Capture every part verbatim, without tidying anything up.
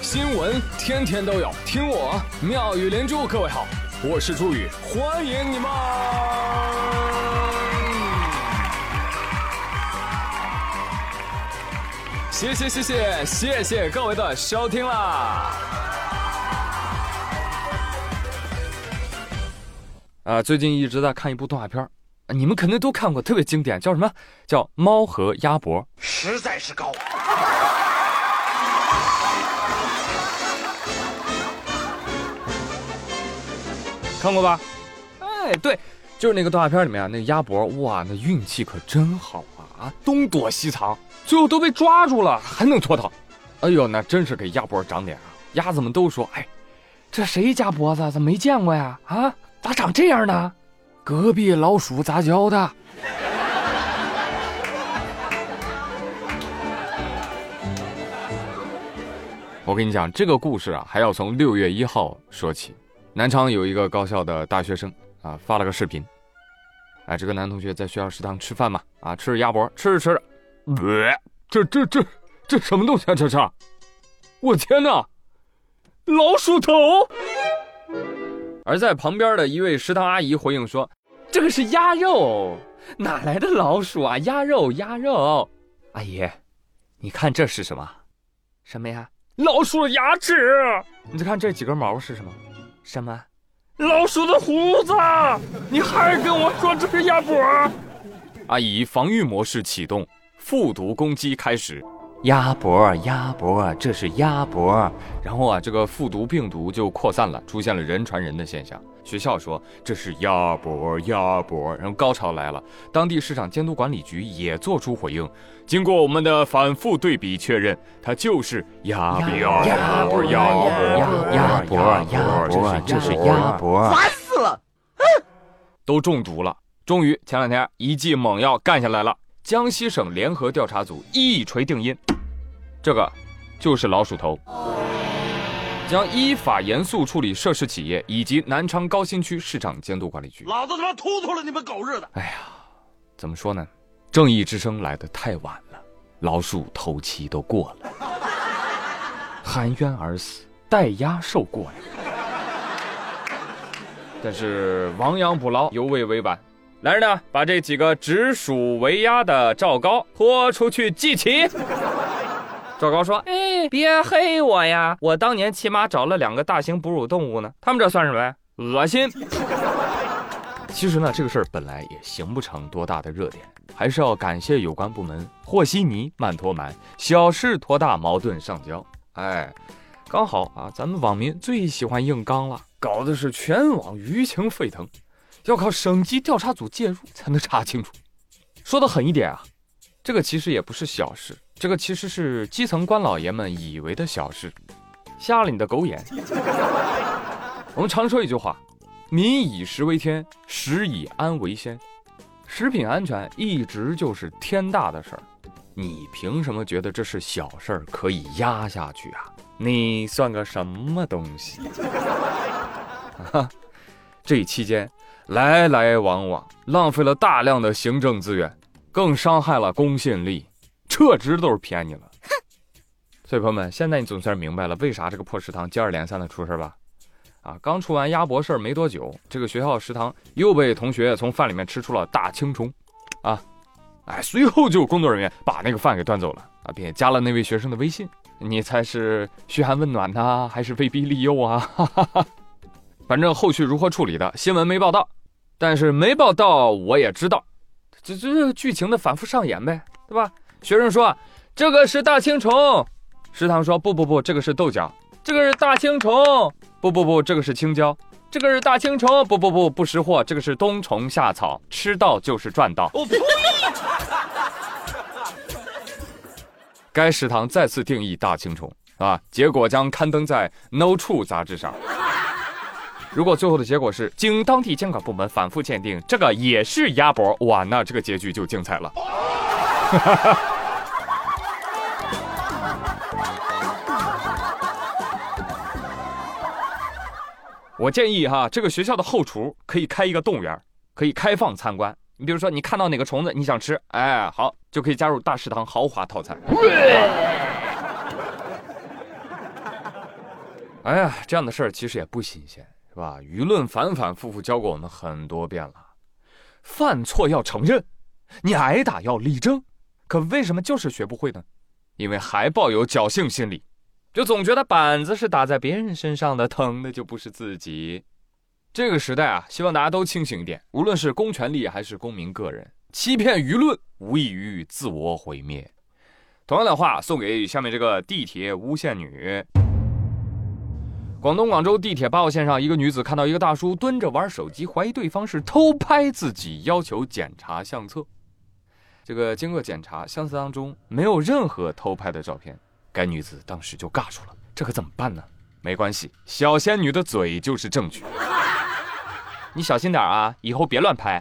新闻天天都有，听我妙语连珠。各位好，我是朱宇，欢迎你们。谢谢谢谢谢谢各位的收听啦！啊，最近一直在看一部动画片，你们肯定都看过，特别经典，叫什么？叫《猫和鸭脖》， 实在是高。 看过吧？哎，对，就是那个动画片里面啊，那个鸭脖，哇，那运气可真好啊！啊，东躲西藏，最后都被抓住了，还能脱逃。哎呦，那真是给鸭脖长脸啊！鸭子们都说，哎，这谁家脖子怎么没见过呀？啊，咋长这样呢？隔壁老鼠杂交的。我跟你讲，这个故事啊，还要从六月一号说起。南昌有一个高校的大学生啊，发了个视频。哎，这个男同学在学校食堂吃饭嘛，啊，吃着鸭脖，吃着吃着，呃，这这这这什么东西啊？这是，我天哪，老鼠头！而在旁边的一位食堂阿姨回应说：“这个是鸭肉，哪来的老鼠啊？鸭肉，鸭肉。”阿姨，你看这是什么？什么呀？老鼠的牙齿。你再看这几根毛是什么？什么？老鼠的胡子！你还跟我说这是鸭脖？阿姨，防御模式启动，复读攻击开始。鸭脖，鸭脖，这是鸭脖。然后啊，这个复读病毒就扩散了，出现了人传人的现象。学校说这是鸭脖，鸭脖。然后高潮来了，当地市场监督管理局也做出回应。经过我们的反复对比确认，它就是鸭脖，鸭脖，鸭脖，鸭脖，鸭脖，这是鸭脖。 烦死了！ 都中毒了。终于前两天一剂猛药干下来了。江西省联合调查组一锤定音，这个就是老鼠头，将依法严肃处理涉事企业以及南昌高新区市场监督管理局。 老子他妈突突了你们狗日的！ 哎呀，怎么说呢？正义之声来得太晚了，老鼠头期都过了，含冤而死，待鸭受过呀。但是亡羊补牢，犹未为晚。来人呢，把这几个指鼠为鸭的赵高拖出去祭旗。赵高说：“哎，别黑我呀！我当年起码找了两个大型哺乳动物呢，他们这算什么呀？恶心！”其实呢，这个事儿本来也形不成多大的热点，还是要感谢有关部门和稀泥慢拖慢，小事拖大，矛盾上交。哎，刚好啊，咱们网民最喜欢硬刚了，搞的是全网舆情沸腾。要靠省级调查组介入才能查清楚。说的狠一点啊，这个其实也不是小事，这个其实是基层官老爷们以为的小事，瞎了你的狗眼。我们常说一句话，民以食为天，食以安为先。食品安全一直就是天大的事儿，你凭什么觉得这是小事儿可以压下去啊？你算个什么东西？这一期间来来往往，浪费了大量的行政资源，更伤害了公信力，这值都是骗你了。所以朋友们，现在你总算明白了为啥这个破食堂接二连三的出事吧？啊，刚出完鸭脖事儿没多久，这个学校食堂又被同学从饭里面吃出了大青虫，啊，哎，随后就有工作人员把那个饭给端走了啊，并且加了那位学生的微信。你猜是嘘寒问暖呢，还是威逼利诱啊？哈哈哈。反正后续如何处理的新闻没报道。但是没报道我也知道，这这剧情的反复上演呗，对吧？学生说这个是大青虫，食堂说不不不，这个是豆角，这个是大青虫，不不不，这个是青椒，这个是大青虫，不不不，不识货，这个是冬虫夏草，吃到就是赚到。我呸！该食堂再次定义大青虫啊，结果将刊登在 No 处杂志上。如果最后的结果是经当地监管部门反复鉴定，这个也是鸭脖，哇，那这个结局就精彩了。我建议哈，这个学校的后厨可以开一个动物园，可以开放参观。你比如说，你看到哪个虫子你想吃，哎，好，就可以加入大食堂豪华套餐。 哎呀，这样的事儿其实也不新鲜，是吧？舆论反反复复教过我们很多遍了，犯错要承认，你挨打要立正，可为什么就是学不会呢？因为还抱有侥幸心理，就总觉得板子是打在别人身上的，疼的就不是自己。这个时代啊，希望大家都清醒一点，无论是公权力还是公民个人，欺骗舆论无异于自我毁灭。同样的话送给下面这个地铁诬陷女。广东广州地铁八号线上，一个女子看到一个大叔蹲着玩手机，怀疑对方是偷拍自己，要求检查相册。这个经过检查，相册当中没有任何偷拍的照片，该女子当时就尬住了，这可怎么办呢？没关系，小仙女的嘴就是证据。你小心点啊，以后别乱拍。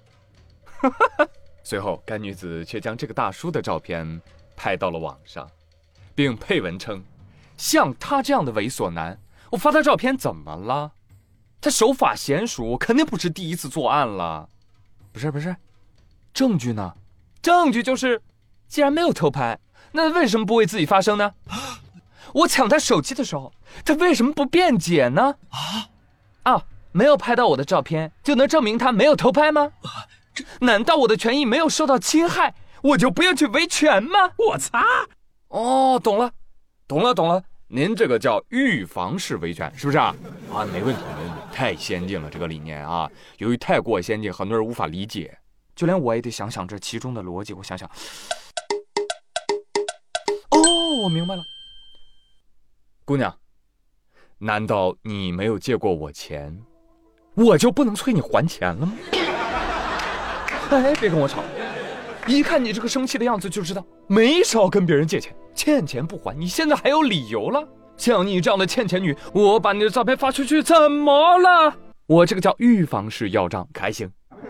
随后该女子却将这个大叔的照片拍到了网上，并配文称，像他这样的猥琐男，我发他照片怎么了？他手法娴熟，肯定不是第一次作案了。不是不是，证据呢？证据就是，既然没有偷拍，那为什么不为自己发声呢？我抢他手机的时候，他为什么不辩解呢？啊啊，没有拍到我的照片，就能证明他没有偷拍吗？难道我的权益没有受到侵害，我就不要去维权吗？ 我擦！ 哦，懂了，懂了，懂了。您这个叫预防式维权，是不是啊？啊，没问题，没问题，太先进了这个理念啊！由于太过先进，很多人无法理解，就连我也得想想这其中的逻辑。我想想，哦，我明白了。姑娘，难道你没有借过我钱，我就不能催你还钱了吗？哎，别跟我吵，一看你这个生气的样子就知道没少跟别人借钱，欠钱不还，你现在还有理由了？像你这样的欠钱女，我把你的照片发出去怎么了？我这个叫预防式要账，可还行？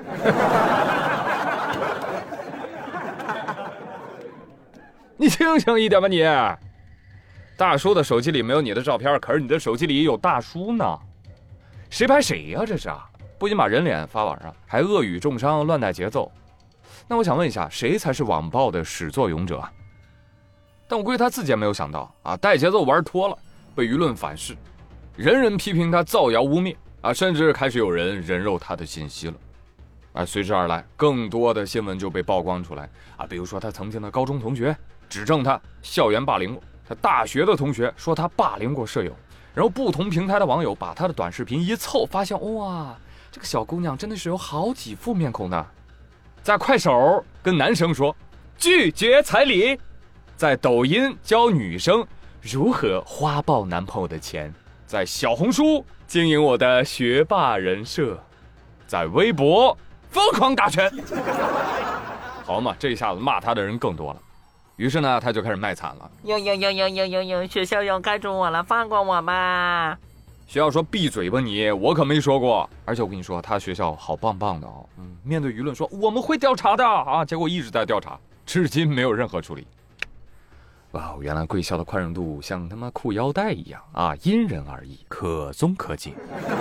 你清醒一点吧你！大叔的手机里没有你的照片，可是你的手机里有大叔呢，谁拍谁呀、啊？这是啊！不仅把人脸发网上，还恶语重伤，乱带节奏。那我想问一下，谁才是网暴的始作俑者？但我估计他自己也没有想到啊，带节奏玩脱了，被舆论反噬，人人批评他造谣污蔑啊，甚至开始有人人肉他的信息了。啊，随之而来，更多的新闻就被曝光出来啊，比如说他曾经的高中同学指证他校园霸凌过，他大学的同学说他霸凌过舍友，然后不同平台的网友把他的短视频一凑，发现哇，这个小姑娘真的是有好几副面孔的。在快手跟男生说拒绝彩礼，在抖音教女生如何花爆男朋友的钱，在小红书经营我的学霸人设，在微博疯狂打拳。好嘛，这一下子骂他的人更多了，于是呢他就开始卖惨了。 呦呦呦呦呦呦呦，学校要开除我了，放过我吧！ 学校说闭嘴吧你，我可没说过。而且我跟你说，他学校好棒棒的哦，嗯，面对舆论说我们会调查的啊，结果一直在调查，至今没有任何处理。哇，原来贵校的宽容度像他妈裤腰带一样啊，因人而异，可松可紧。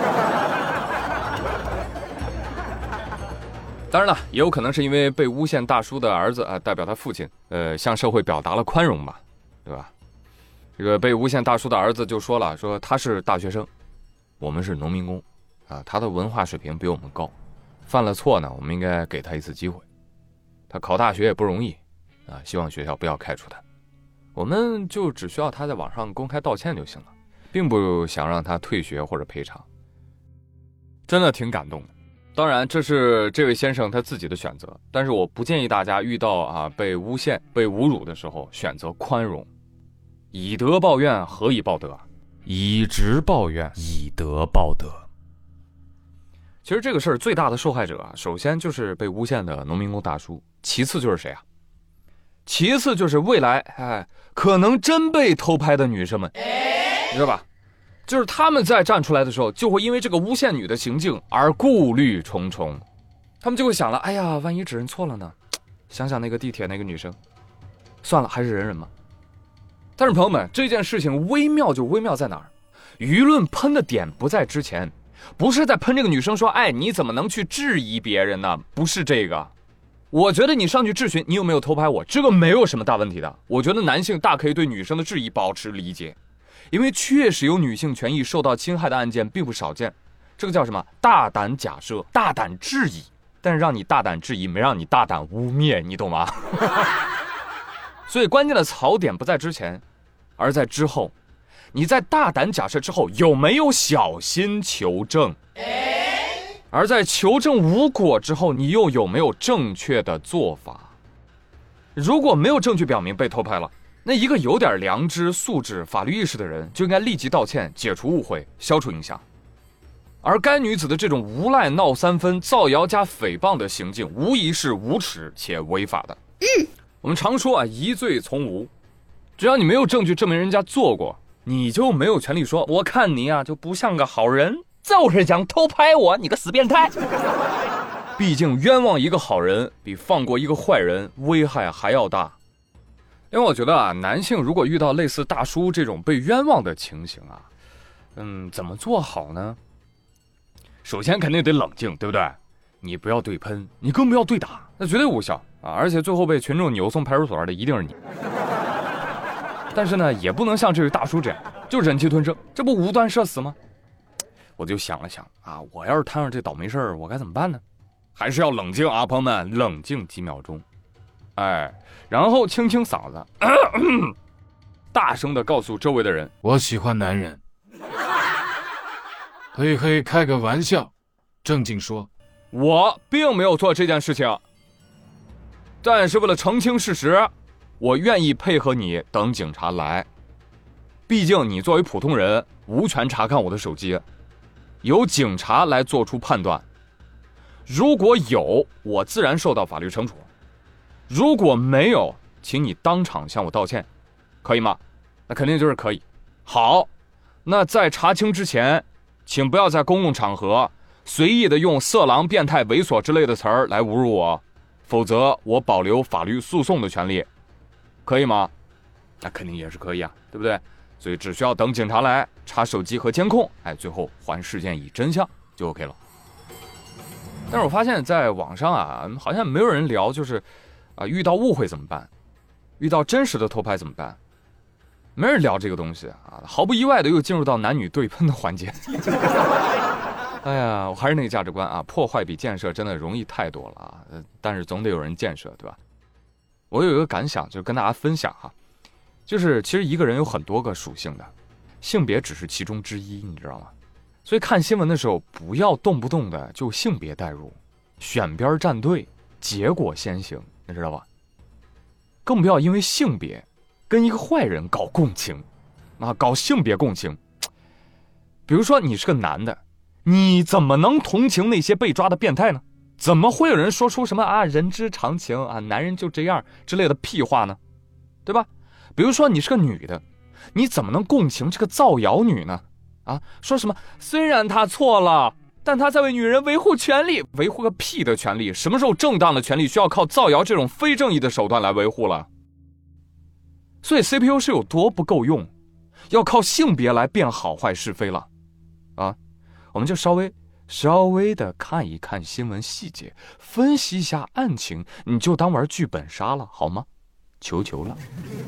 当然了，也有可能是因为被诬陷大叔的儿子啊，代表他父亲，呃，向社会表达了宽容吧，对吧？这个被诬陷大叔的儿子就说了，说他是大学生，我们是农民工，啊，他的文化水平比我们高，犯了错呢，我们应该给他一次机会。他考大学也不容易，啊，希望学校不要开除他。我们就只需要他在网上公开道歉就行了，并不想让他退学或者赔偿。真的挺感动的。当然，这是这位先生他自己的选择，但是我不建议大家遇到啊被诬陷、被侮辱的时候选择宽容。以德报怨，何以报德？以直报怨，以德报德。其实这个事儿最大的受害者啊，首先就是被诬陷的农民工大叔，其次就是谁啊？其次就是未来哎可能真被偷拍的女生们，你知道吧？就是他们在站出来的时候，就会因为这个诬陷女的行径而顾虑重重，他们就会想了，哎呀，万一指认错了呢？想想那个地铁那个女生，算了，还是忍忍吧。但是朋友们，这件事情微妙就微妙在哪儿？舆论喷的点不在之前，不是在喷这个女生说，哎，你怎么能去质疑别人呢？不是这个。我觉得你上去质询你有没有偷拍我，这个没有什么大问题的。我觉得男性大可以对女生的质疑保持理解， 因为确实有女性权益受到侵害的案件并不少见。这个叫什么？大胆假设，大胆质疑，但是让你大胆质疑，没让你大胆污蔑，你懂吗？所以关键的槽点不在之前，而在之后。你在大胆假设之后有没有小心求证？而在求证无果之后，你又有没有正确的做法？如果没有证据表明被偷拍了，那一个有点良知、素质、法律意识的人就应该立即道歉，解除误会，消除影响。而该女子的这种无赖闹三分、造谣加诽谤的行径，无疑是无耻且违法的。嗯，我们常说啊，疑罪从无，只要你没有证据证明人家做过，你就没有权利说我看你啊就不像个好人，就是想偷拍我，你个死变态。毕竟冤枉一个好人比放过一个坏人危害还要大。因为我觉得啊，男性如果遇到类似大叔这种被冤枉的情形啊，嗯，怎么做好呢？首先肯定得冷静，对不对？你不要对喷，你更不要对打，那绝对无效啊！而且最后被群众扭送派出所的一定是你。但是呢，也不能像这位大叔这样就忍气吞声，这不无端社死吗？我就想了想啊，我要是摊上这倒霉事儿，我该怎么办呢？还是要冷静啊，朋友们，冷静几秒钟，哎，然后清清嗓子，咳咳大声的告诉周围的人， 我喜欢男人。嘿嘿，开个玩笑，正经说， 我并没有做这件事情，但是为了澄清事实，我愿意配合你等警察来。毕竟你作为普通人无权查看我的手机，由警察来做出判断。如果有，我自然受到法律惩处；如果没有，请你当场向我道歉，可以吗？那肯定就是可以。好，那在查清之前，请不要在公共场合随意的用色狼、变态、猥琐之类的词儿来侮辱我，否则我保留法律诉讼的权利，可以吗？那肯定也是可以啊，对不对？所以只需要等警察来查手机和监控，哎，最后还事件以真相就 OK 了。但是我发现在网上啊，好像没有人聊，就是啊，遇到误会怎么办？遇到真实的偷拍怎么办？没人聊这个东西啊，毫不意外的又进入到男女对喷的环节。哎呀，我还是那个价值观啊，破坏比建设真的容易太多了啊，但是总得有人建设，对吧？我有一个感想，就是跟大家分享哈，就是其实一个人有很多个属性的，性别只是其中之一，你知道吗？所以看新闻的时候，不要动不动的就性别代入，选边站队，结果先行，你知道吧？更不要因为性别跟一个坏人搞共情啊，搞性别共情。比如说你是个男的，你怎么能同情那些被抓的变态呢？怎么会有人说出什么啊人之常情啊，男人就这样之类的屁话呢？对吧？比如说你是个女的，你怎么能共情这个造谣女呢？啊，说什么虽然她错了，但她在为女人维护权利，维护个屁的权利？什么时候正当的权利需要靠造谣这种非正义的手段来维护了？所以 C P U 是有多不够用，要靠性别来辨好坏是非了啊！我们就稍微稍微的看一看新闻细节，分析一下案情，你就当玩剧本杀了好吗？求求了。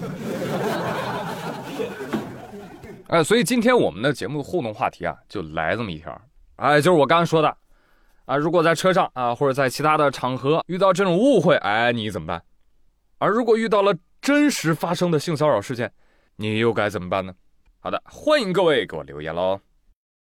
哎，所以今天我们的节目互动话题啊，就来这么一条，哎，就是我刚刚说的啊，如果在车上啊，或者在其他的场合遇到这种误会，哎，你怎么办？而如果遇到了真实发生的性骚扰事件，你又该怎么办呢？好的，欢迎各位给我留言喽。